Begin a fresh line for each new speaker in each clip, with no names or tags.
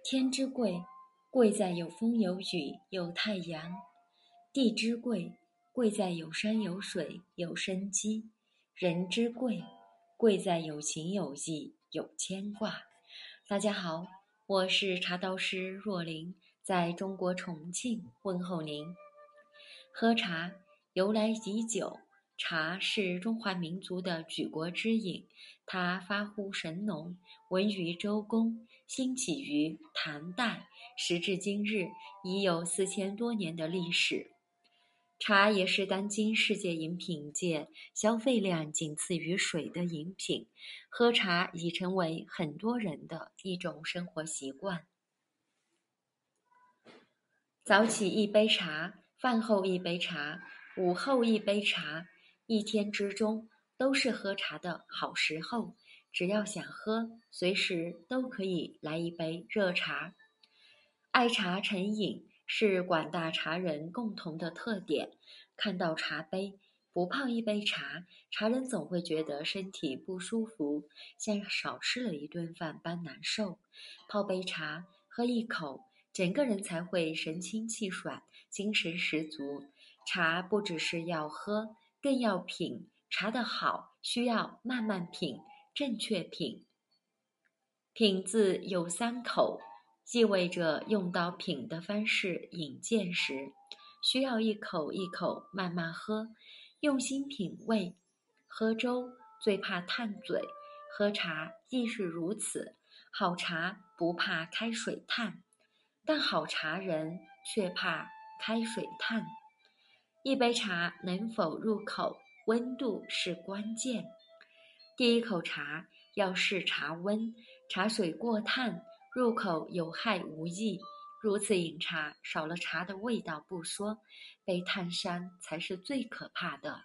天之贵，贵在有风有雨有太阳；地之贵，贵在有山有水有生机；人之贵，贵在有情有义有牵挂。大家好，我是茶道师若琳，在中国重庆问候您。喝茶由来已久，茶是中华民族的举国之饮，它发乎神农，闻于周公，兴起于唐代，时至今日已有4000多年的历史。茶也是当今世界饮品界消费量仅次于水的饮品，喝茶已成为很多人的一种生活习惯。早起一杯茶，饭后一杯茶，午后一杯茶，一天之中都是喝茶的好时候，只要想喝，随时都可以来一杯热茶。爱茶成瘾是广大茶人共同的特点，看到茶杯，不泡一杯茶，茶人总会觉得身体不舒服，像少吃了一顿饭般难受。泡杯茶，喝一口，整个人才会神清气爽，精神十足。茶不只是要喝，更要品。茶的好，需要慢慢品，正确品。品字有3口，意味着用到品的方式饮见时，需要一口一口慢慢喝，用心品味。喝粥最怕烫嘴，喝茶亦是如此。好茶不怕开水烫，但好茶人却怕开水烫。一杯茶能否入口，温度是关键。第一口茶要视茶温，茶水过烫，入口有害无益。如此饮茶，少了茶的味道不说，被烫伤才是最可怕的。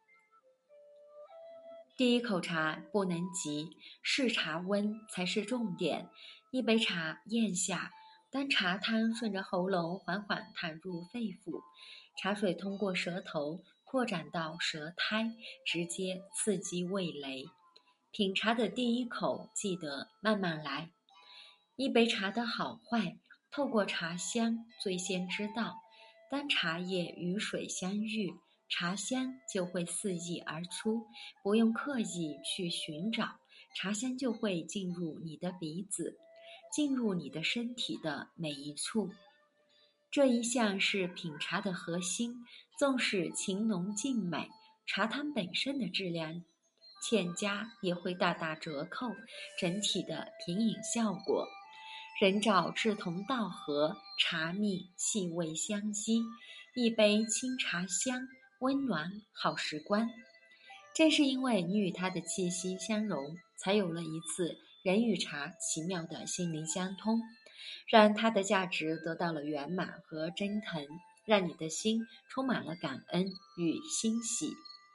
第一口茶不能急，视茶温才是重点。一杯茶咽下，当茶汤顺着喉咙缓缓淌入肺腑，茶水通过舌头扩展到舌苔，直接刺激味蕾。品茶的第一口记得慢慢来。一杯茶的好坏，透过茶香最先知道。当茶叶与水相遇，茶香就会肆意而出，不用刻意去寻找，茶香就会进入你的鼻子，进入你的身体的每一处。这一项是品茶的核心，纵使情浓尽美，茶汤本身的质量欠佳也会大打折扣整体的品饮效果。人找志同道合，茶蜜气味相依，一杯清茶香，温暖好时光。正是因为你与它的气息相融，才有了一次人与茶奇妙的心灵相通，让它的价值得到了圆满和蒸腾，让你的心充满了感恩与欣喜。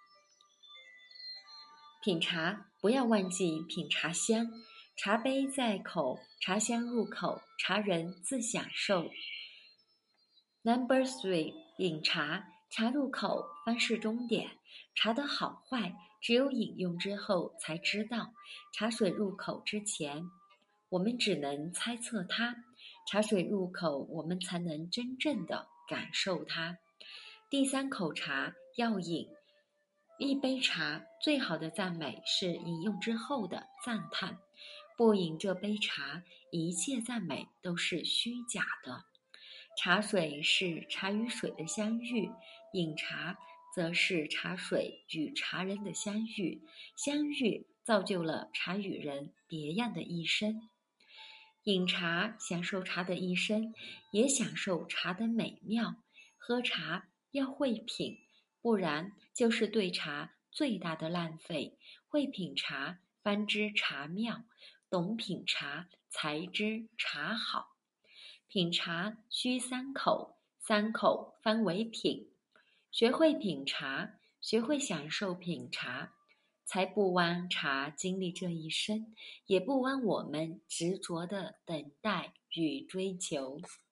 品茶不要忘记品茶香，茶杯在口，茶香入口，茶人自享受。No.3 饮茶，茶入口方是终点。茶的好坏只有饮用之后才知道，茶水入口之前我们只能猜测它，茶水入口我们才能真正的感受它。第3口茶要饮，一杯茶最好的赞美是饮用之后的赞叹，不饮这杯茶，一切赞美都是虚假的。茶水是茶与水的相遇，饮茶则是茶水与茶人的相遇，相遇造就了茶与人别样的一生。饮茶享受茶的一生，也享受茶的美妙。喝茶要会品，不然就是对茶最大的浪费。会品茶方知茶妙，懂品茶才知茶好。品茶需3口，3口方为品。学会品茶，学会享受品茶，才不枉茶经历这一生，也不枉我们执着的等待与追求。